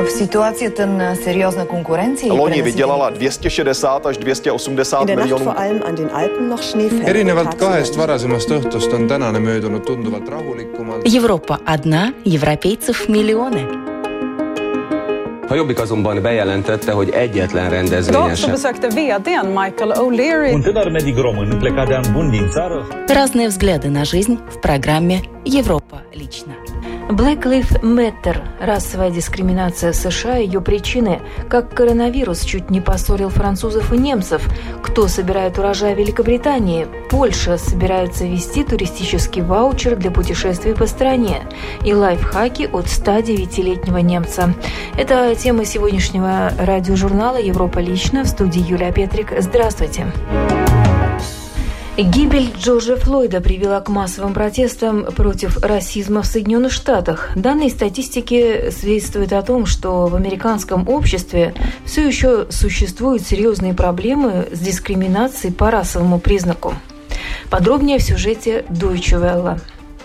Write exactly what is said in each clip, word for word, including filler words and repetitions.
V situaci на серьезной конкуренции. Loni vydělala dvě stě šedesát až dvě stě osmdesát miljonů. Erinevalt kahest varasemast õhtust on tänane möödunud tunduvalt rahulikumalt. Европа одна, европейцев миллионы. A Jobbik azonban bejelentette, hogy egyetlen rendezvényen sem. besökte V D:n Michael O'Leary. Un tânăr medic român plecat de an bun din țară. Разные взгляды на жизнь в программе «Европа лично». Black Lives Matter – расовая дискриминация в США и ее причины, как коронавирус чуть не поссорил французов и немцев, кто собирает урожай в Великобритании, Польша собирается ввести туристический ваучер для путешествий по стране и лайфхаки от ста девятилетнего немца. Это тема сегодняшнего радиожурнала «Европа лично», в студии Юлия Петрик. Здравствуйте. Гибель Джорджа Флойда привела к массовым протестам против расизма в Соединенных Штатах. Данные статистики свидетельствуют о том, что в американском обществе все еще существуют серьезные проблемы с дискриминацией по расовому признаку. Подробнее в сюжете Deutsche Welle.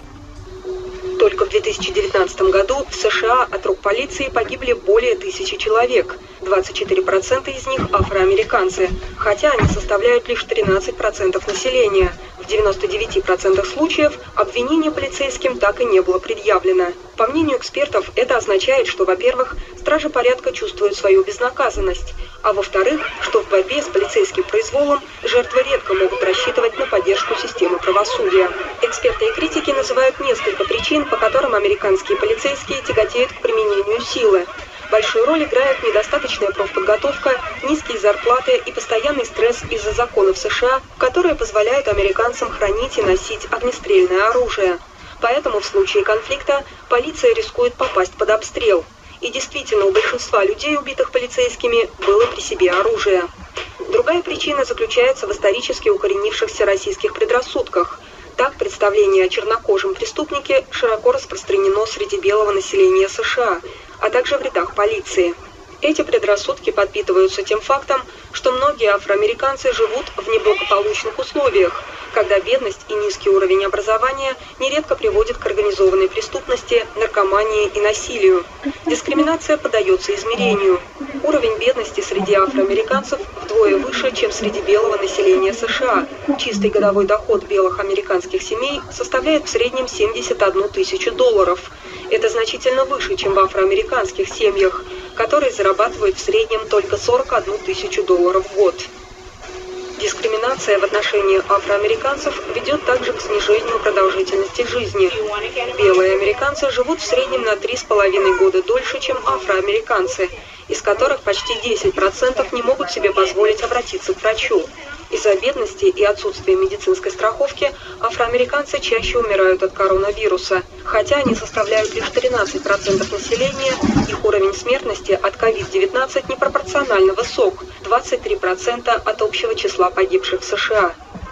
Только в две тысячи девятнадцатом году в США от рук полиции погибли более тысячи человек. двадцать четыре процента из них афроамериканцы, хотя они составляют лишь тринадцать процентов населения. В девяноста девяти процентах случаев обвинение полицейским так и не было предъявлено. По мнению экспертов, это означает, что, во-первых, стражи порядка чувствуют свою безнаказанность, а во-вторых, что в борьбе с полицейским произволом жертвы редко могут рассчитывать на поддержку системы правосудия. Эксперты и критики называют несколько причин, по которым американские полицейские тяготеют к применению силы. Большую роль играет недостаточная профподготовка, низкие зарплаты и постоянный стресс из-за законов США, которые позволяют американцам хранить и носить огнестрельное оружие. Поэтому в случае конфликта полиция рискует попасть под обстрел. И действительно, у большинства людей, убитых полицейскими, было при себе оружие. Другая причина заключается в исторически укоренившихся российских предрассудках. Так, представление о чернокожем преступнике широко распространено среди белого населения США, а также в рядах полиции. Эти предрассудки подпитываются тем фактом, что многие афроамериканцы живут в неблагополучных условиях, когда бедность и низкий уровень образования нередко приводят к организованной преступности, наркомании и насилию. Дискриминация поддается измерению. Уровень бедности среди афроамериканцев вдвое выше, чем среди белого населения США. Чистый годовой доход белых американских семей составляет в среднем семьдесят одну тысячу долларов. Это значительно выше, чем в афроамериканских семьях, которые зарабатывают в среднем только сорок одну тысячу долларов в год. Дискриминация в отношении афроамериканцев ведет также к снижению продолжительности жизни. Белые американцы живут в среднем на три с половиной года дольше, чем афроамериканцы, из которых почти десять процентов не могут себе позволить обратиться к врачу. Из-за бедности и отсутствия медицинской страховки афроамериканцы чаще умирают от коронавируса. Хотя они составляют лишь тринадцать процентов населения, их уровень смертности от ковид девятнадцать непропорционально высок – двадцать три процента от общего числа погибших в США.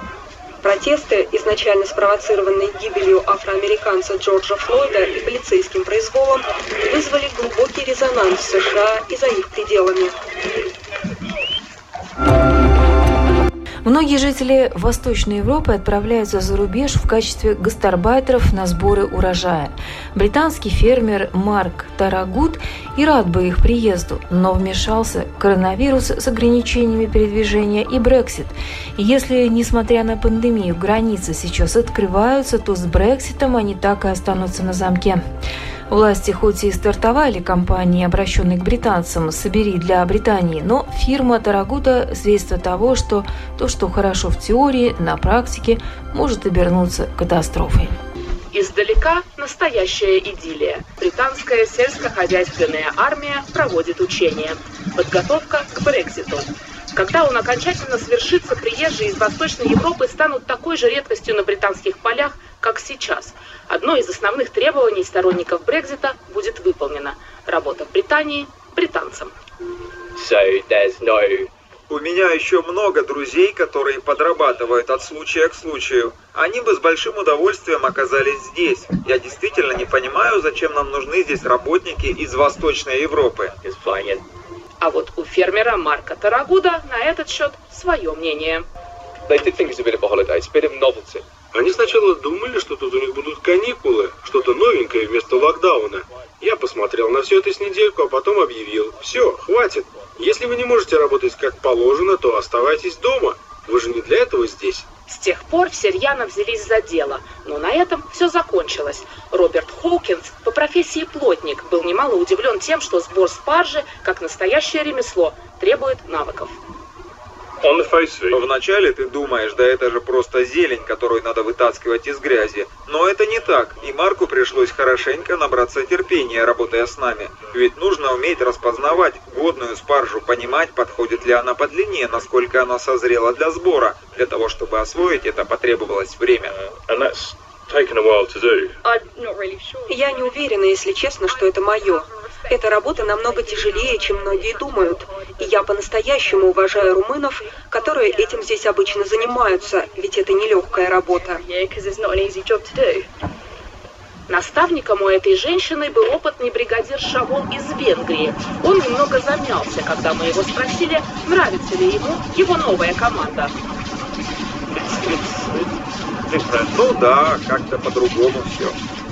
Протесты, изначально спровоцированные гибелью афроамериканца Джорджа Флойда и полицейским произволом, вызвали глубокий резонанс в США и за их пределами. Многие жители Восточной Европы отправляются за рубеж в качестве гастарбайтеров на сборы урожая. Британский фермер Марк Тарагут и рад бы их приезду, но вмешался коронавирус с ограничениями передвижения и Брексит. И если, несмотря на пандемию, границы сейчас открываются, то с Брекситом они так и останутся на замке. Власти хоть и стартовали кампании, обращенные к британцам «Собери для Британии», но фирма Тарагута свидетельство того, что то, что хорошо в теории, на практике может обернуться катастрофой. Издалека настоящая идиллия. Британская сельскохозяйственная армия проводит учения. Подготовка к Брекситу. Когда он окончательно свершится, приезжие из Восточной Европы станут такой же редкостью на британских полях, как сейчас. Одно из основных требований сторонников Брексита будет выполнено. Работа в Британии британцам. So there's no... У меня еще много друзей, которые подрабатывают от случая к случаю. Они бы с большим удовольствием оказались здесь. Я действительно не понимаю, зачем нам нужны здесь работники из Восточной Европы. А вот у фермера Марка Тарагуда на этот счет свое мнение. Они сначала думали, что тут у них будут каникулы, что-то новенькое вместо локдауна. Я посмотрел на все это с недельку, а потом объявил: все, хватит. Если вы не можете работать как положено, то оставайтесь дома. Вы же не для этого здесь. С тех пор все рьяно взялись за дело, но на этом все закончилось. Роберт Хоукинс, по профессии плотник, был немало удивлен тем, что сбор спаржи, как настоящее ремесло, требует навыков. Вначале ты думаешь, да это же просто зелень, которую надо вытаскивать из грязи. Но это не так, и Марку пришлось хорошенько набраться терпения, работая с нами. Ведь нужно уметь распознавать годную спаржу, понимать, подходит ли она по длине, насколько она созрела для сбора. Для того, чтобы освоить это, потребовалось время. Я не уверена, если честно, что это мое. Эта работа намного тяжелее, чем многие думают. И я по-настоящему уважаю румынов, которые этим здесь обычно занимаются, ведь это нелегкая работа. Наставником у этой женщины был опытный бригадир Шавол из Венгрии. Он немного замялся, когда мы его спросили, нравится ли ему его новая команда. Ну да, как-то по-другому все.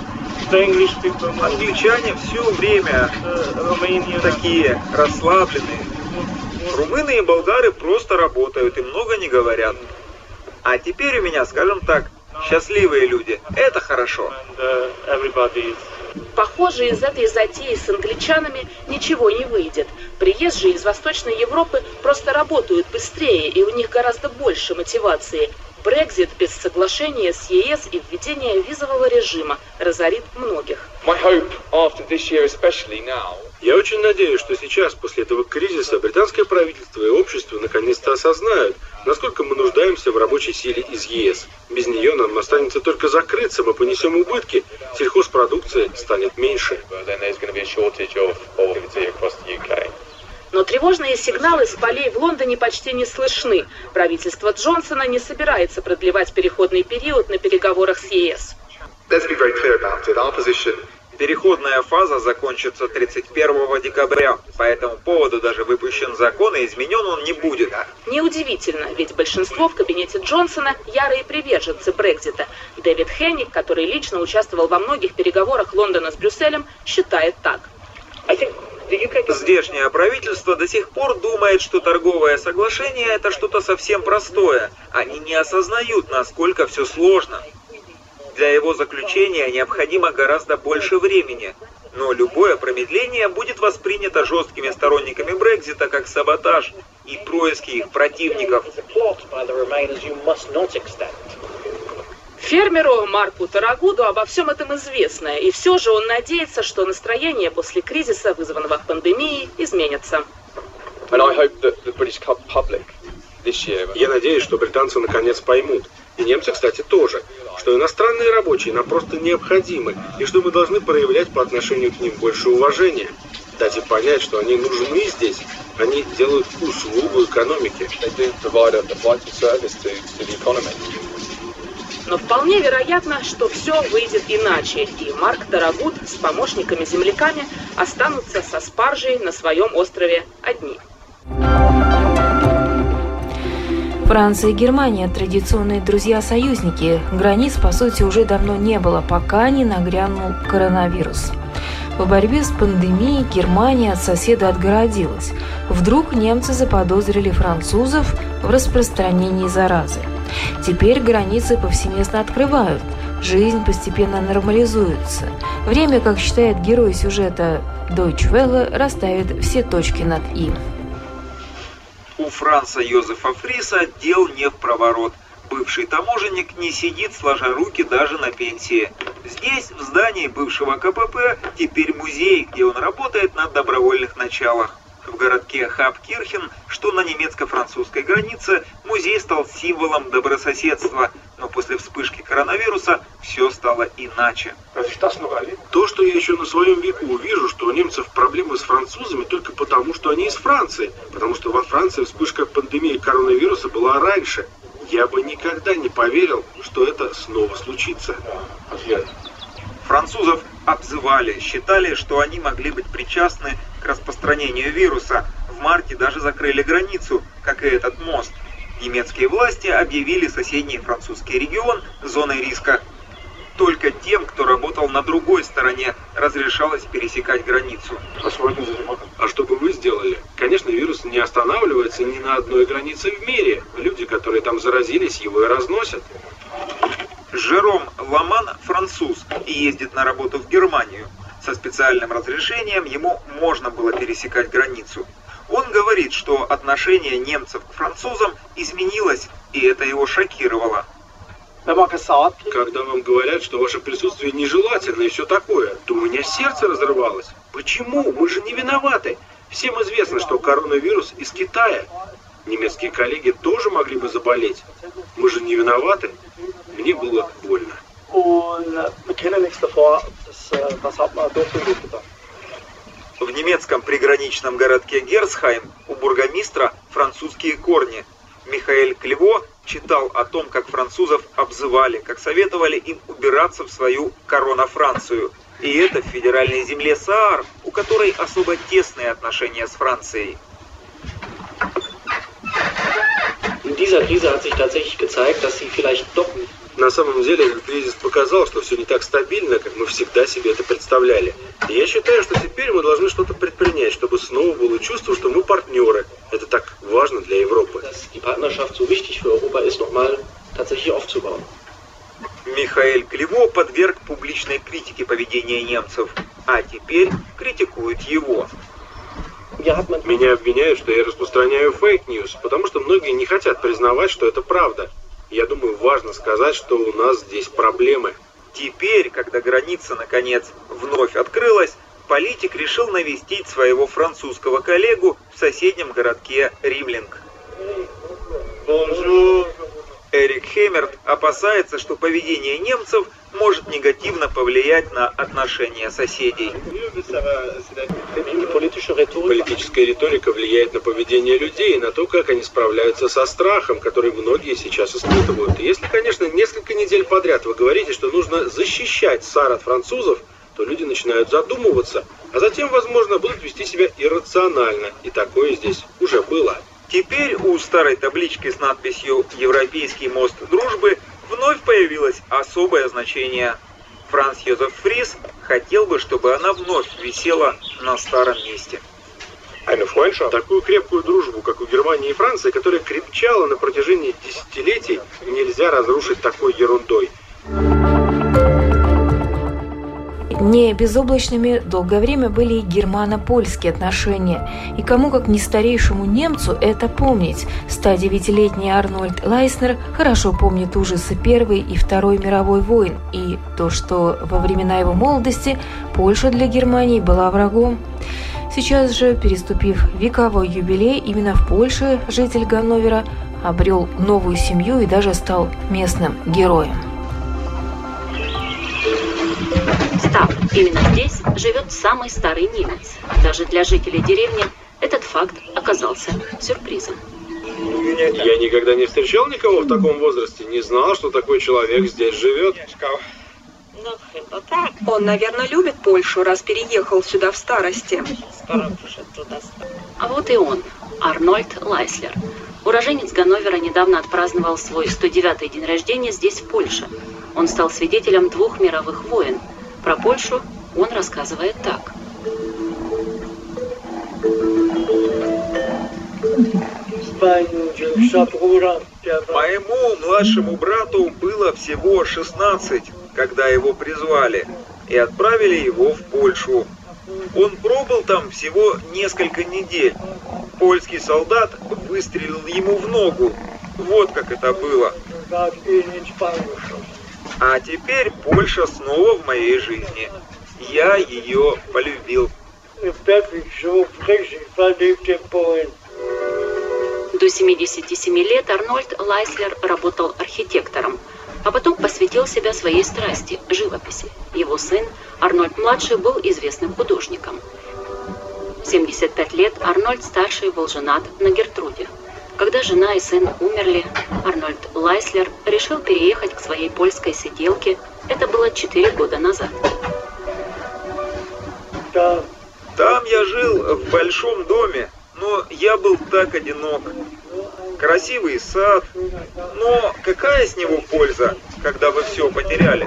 Англичане все время такие расслабленные. Румыны и болгары просто работают и много не говорят. А теперь у меня, скажем так, счастливые люди. Это хорошо. Похоже, из этой затеи с англичанами ничего не выйдет. Приезжие из Восточной Европы просто работают быстрее, и у них гораздо больше мотивации. Брексит без соглашения с ЕС и введения визового режима разорит многих. Я очень надеюсь, что сейчас, после этого кризиса, британское правительство и общество наконец-то осознают, насколько мы нуждаемся в рабочей силе из ЕС. Без нее нам останется только закрыться, мы понесем убытки, сельхозпродукция станет меньше. Но тревожные сигналы с полей в Лондоне почти не слышны. Правительство Джонсона не собирается продлевать переходный период на переговорах с ЕС. Переходная фаза закончится тридцать первого декабря. По этому поводу даже выпущен закон, и изменен он не будет. Неудивительно, ведь большинство в кабинете Джонсона ярые приверженцы Брексита. Дэвид Хенник, который лично участвовал во многих переговорах Лондона с Брюсселем, считает так. Здешнее правительство до сих пор думает, что торговое соглашение – это что-то совсем простое. Они не осознают, насколько все сложно. Для его заключения необходимо гораздо больше времени. Но любое промедление будет воспринято жесткими сторонниками Брексита как саботаж и происки их противников. Фермеру Марку Тарагуду обо всем этом известно, и все же он надеется, что настроение после кризиса, вызванного пандемией, изменится. Я надеюсь, что британцы наконец поймут, и немцы, кстати, тоже, что иностранные рабочие нам просто необходимы, и что мы должны проявлять по отношению к ним больше уважения. Дать им понять, что они нужны здесь, они делают услугу экономике. Но вполне вероятно, что все выйдет иначе, и Марк Тарагуд с помощниками-земляками останутся со спаржей на своем острове одни. Франция и Германия – традиционные друзья-союзники. Границ, по сути, уже давно не было, пока не нагрянул коронавирус. В борьбе с пандемией Германия от соседа отгородилась. Вдруг немцы заподозрили французов в распространении заразы. Теперь границы повсеместно открывают. Жизнь постепенно нормализуется. Время, как считает герой сюжета Deutsche Welle, расставит все точки над «и». У Франца Йозефа Фриса дел не в проворот. Бывший таможенник не сидит, сложа руки даже на пенсии. Здесь, в здании бывшего ка пэ пэ, теперь музей, где он работает на добровольных началах. В городке Хабкирхен, что на немецко-французской границе, музей стал символом добрососедства. Но после вспышки коронавируса все стало иначе. То, что я еще на своем веку увижу, что у немцев проблемы с французами только потому, что они из Франции. Потому что во Франции вспышка пандемии коронавируса была раньше. Я бы никогда не поверил, что это снова случится. Французов обзывали, считали, что они могли быть причастны к распространению вируса. В марте даже закрыли границу, как и этот мост. Немецкие власти объявили соседний французский регион зоной риска. Только тем, кто работал на другой стороне, разрешалось пересекать границу. А что бы вы сделали? Конечно, вирус не останавливается ни на одной границе в мире. Люди, которые там заразились, его и разносят. Жером Ламан француз и ездит на работу в Германию. Со специальным разрешением ему можно было пересекать границу. Он говорит, что отношение немцев к французам изменилось, и это его шокировало. Когда вам говорят, что ваше присутствие нежелательно и все такое, то у меня сердце разрывалось. Почему? Мы же не виноваты. Всем известно, что коронавирус из Китая. Немецкие коллеги тоже могли бы заболеть. Мы же не виноваты. Мне было больно. В немецком приграничном городке Герцхайм у бургомистра французские корни. Михаэль Клево читал о том, как французов обзывали, как советовали им убираться в свою корона-Францию. И это в федеральной земле Саар, у которой особо тесные отношения с Францией. На самом деле этот кризис показал, что все не так стабильно, как мы всегда себе это представляли. И я считаю, что теперь мы должны что-то предпринять, чтобы снова было чувство, что мы партнеры. Это так важно для Европы. Михаэль Клево подверг публичной критике поведения немцев, а теперь критикует его. Меня обвиняют, что я распространяю фейк-ньюс, потому что многие не хотят признавать, что это правда. Я думаю, важно сказать, что у нас здесь проблемы. Теперь, когда граница, наконец, вновь открылась, политик решил навестить своего французского коллегу в соседнем городке Римлинг. Bonjour. Эрик Хеммерт опасается, что поведение немцев может негативно повлиять на отношения соседей. Политическая риторика влияет на поведение людей и на то, как они справляются со страхом, который многие сейчас испытывают. И если, конечно, несколько недель подряд вы говорите, что нужно защищать Саар от французов, то люди начинают задумываться, а затем, возможно, будут вести себя иррационально. И такое здесь уже было. Теперь у старой таблички с надписью «Европейский мост дружбы» вновь появилось особое значение. Франц Йозеф Фрис хотел бы, чтобы она вновь висела на старом месте. Такую крепкую дружбу, как у Германии и Франции, которая крепчала на протяжении десятилетий, нельзя разрушить такой ерундой. Не безоблачными долгое время были и германо-польские отношения. И кому, как не старейшему немцу, это помнить. ста девятилетний Арнольд Лайснер хорошо помнит ужасы Первой и Второй мировой войн и то, что во времена его молодости Польша для Германии была врагом. Сейчас же, переступив вековой юбилей, именно в Польше житель Ганновера обрел новую семью и даже стал местным героем. Став, именно здесь живет самый старый немец. Даже для жителей деревни этот факт оказался сюрпризом. Я никогда не встречал никого в таком возрасте, не знал, что такой человек здесь живет. Он, наверное, любит Польшу, раз переехал сюда в старости. А вот и он, Арнольд Лайслер. Уроженец Ганновера недавно отпраздновал свой сто девятый день рождения здесь, в Польше. Он стал свидетелем двух мировых войн. Про Польшу он рассказывает так. Моему младшему брату было всего шестнадцать, когда его призвали, и отправили его в Польшу. Он пробыл там всего несколько недель. Польский солдат выстрелил ему в ногу. Вот как это было. А теперь Польша снова в моей жизни. Я ее полюбил. До семидесяти семи лет Арнольд Лайслер работал архитектором, а потом посвятил себя своей страсти – живописи. Его сын, Арнольд-младший, был известным художником. В семьдесят пять лет Арнольд-старший был женат на Гертруде. Когда жена и сын умерли, Арнольд Лайслер решил переехать к своей польской сиделке. Это было четыре года назад. Там я жил в большом доме, но я был так одинок. красивый сад. Но какая с него польза, когда вы все потеряли?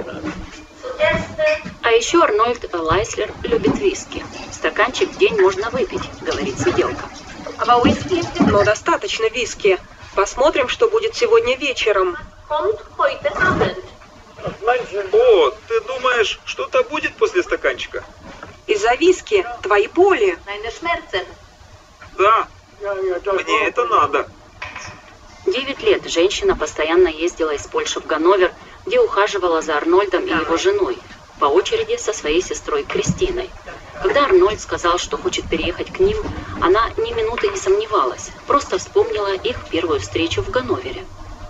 А еще Арнольд Лайслер любит виски. Стаканчик в день можно выпить, говорит сиделка. А виски? Но достаточно виски. Посмотрим, что будет сегодня вечером. О, ты думаешь, что-то будет после стаканчика? Из-за виски твои боли. Да, мне это надо. Девять лет женщина постоянно ездила из Польши в Ганновер, где ухаживала за Арнольдом и его женой, по очереди со своей сестрой Кристиной. Когда Арнольд сказал, что хочет переехать к ним, она ни минуты не сомневалась, просто вспомнила их первую встречу в Ганновере.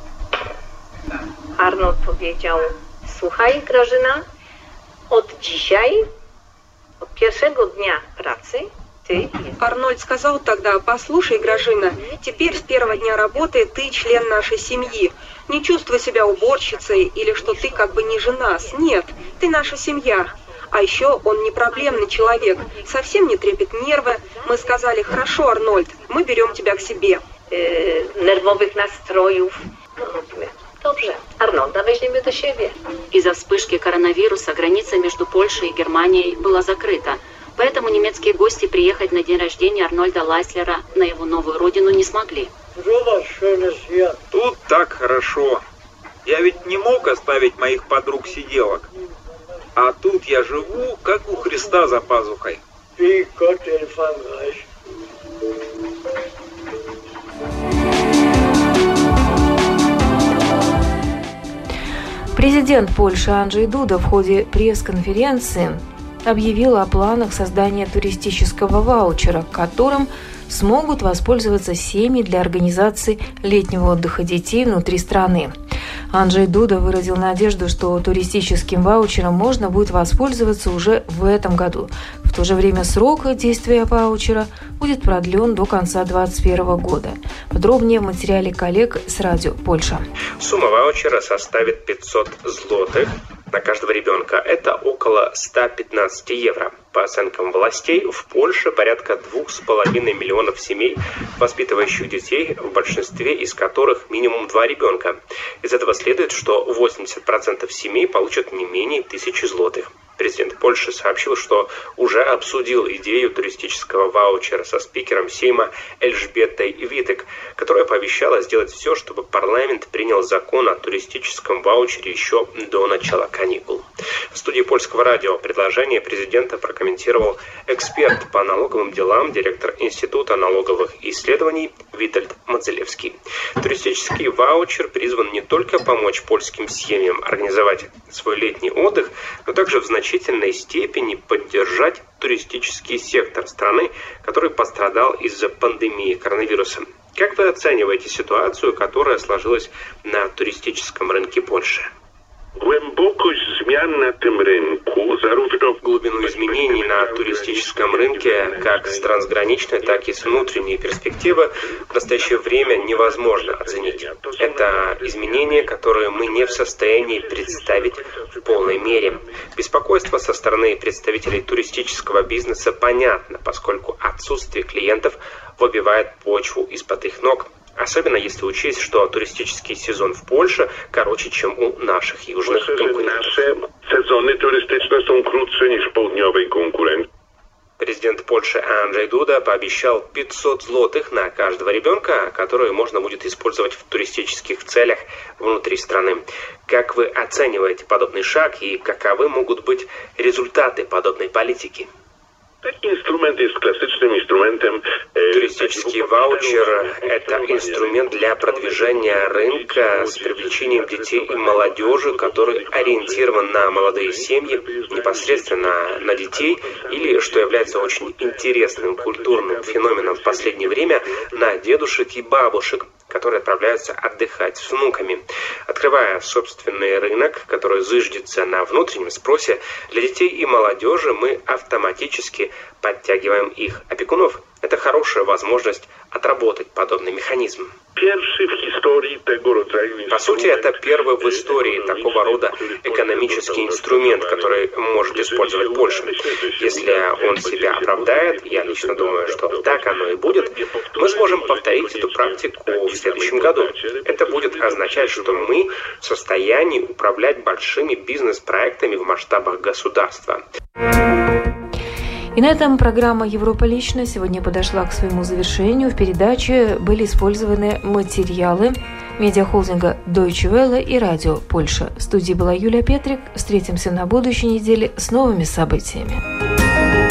Arnold powiedział: słuchaj, Grażyna, od dzisiaj, od pierwszego dnia pracy, ты jest. Арнольд сказал тогда: послушай, Гражина, теперь с первого дня работы ты член нашей семьи. Не чувствуй себя уборщицей или что ты как бы не жена. Нет, ты наша семья. А еще он не проблемный человек, совсем не трепет нервы. Мы сказали: хорошо, Арнольд, мы берем тебя к себе. Yy, nerwowych nastrojów. No róbmy. Dobrze, Arnolda weźmiemy do siebie. Из-за вспышки коронавируса граница между Польшей и Германией была закрыта, поэтому немецкие гости приехать на день рождения Арнольда Лайслера на его новую родину не смогли. Тут так хорошо. Я ведь не мог оставить моих подруг-сиделок. А тут я живу, как у Христа за пазухой. Президент Польши Анджей Дуда в ходе пресс-конференции объявил о планах создания туристического ваучера, которым смогут воспользоваться семьи для организации летнего отдыха детей внутри страны. Анджей Дуда выразил надежду, что туристическим ваучером можно будет воспользоваться уже в этом году. В то же время срок действия ваучера будет продлен до конца две тысячи двадцать первого года. Подробнее в материале коллег с Радио Польша. Сумма ваучера составит пятьсот злотых на каждого ребенка. Это около ста пятнадцати евро. По оценкам властей, в Польше порядка двух с половиной миллионов семей, воспитывающих детей, в большинстве из которых минимум два ребенка. Из этого следует, что восемьдесят процентов семей получат не менее тысячи злотых. Президент Польши сообщил, что уже обсудил идею туристического ваучера со спикером Сейма Эльжбетой Витек, которая пообещала сделать все, чтобы парламент принял закон о туристическом ваучере еще до начала каникул. В студии Польского радио предложение президента прокомментировал эксперт по налоговым делам, директор Института налоговых исследований Витальд Мадзелевский. Туристический ваучер призван не только помочь польским семьям организовать свой летний отдых, но также в значительной В значительной степени поддержать туристический сектор страны, который пострадал из-за пандемии коронавируса. Как вы оцениваете ситуацию, которая сложилась на туристическом рынке Польши? Глубину изменений на туристическом рынке как с трансграничной, так и с внутренней перспективы в настоящее время невозможно оценить. Это изменения, которые мы не в состоянии представить в полной мере. Беспокойство со стороны представителей туристического бизнеса понятно, поскольку отсутствие клиентов выбивает почву из-под их ног. Особенно если учесть, что туристический сезон в Польше короче, чем у наших южных конкурентов. Президент Польши Анджей Дуда пообещал пятьсот злотых на каждого ребенка, которые можно будет использовать в туристических целях внутри страны. Как вы оцениваете подобный шаг и каковы могут быть результаты подобной политики? Туристический ваучер – это инструмент для продвижения рынка с привлечением детей и молодежи, который ориентирован на молодые семьи, непосредственно на детей, или, что является очень интересным культурным феноменом в последнее время, на дедушек и бабушек, которые отправляются отдыхать с внуками. Открывая собственный рынок, который зыждется на внутреннем спросе, для детей и молодежи мы автоматически подтягиваем их опекунов. Это хорошая возможность отработать подобный механизм. По сути, это первый в истории такого рода экономический инструмент, который может использовать Польша. Если он себя оправдает, я лично думаю, что так оно и будет, мы сможем повторить эту практику в следующем году. Это будет означать, что мы в состоянии управлять большими бизнес-проектами в масштабах государства. И на этом программа «Европа лично» сегодня подошла к своему завершению. В передаче были использованы материалы медиахолдинга Deutsche Welle и Радио Польша. В студии была Юлия Петрик. Встретимся на будущей неделе с новыми событиями.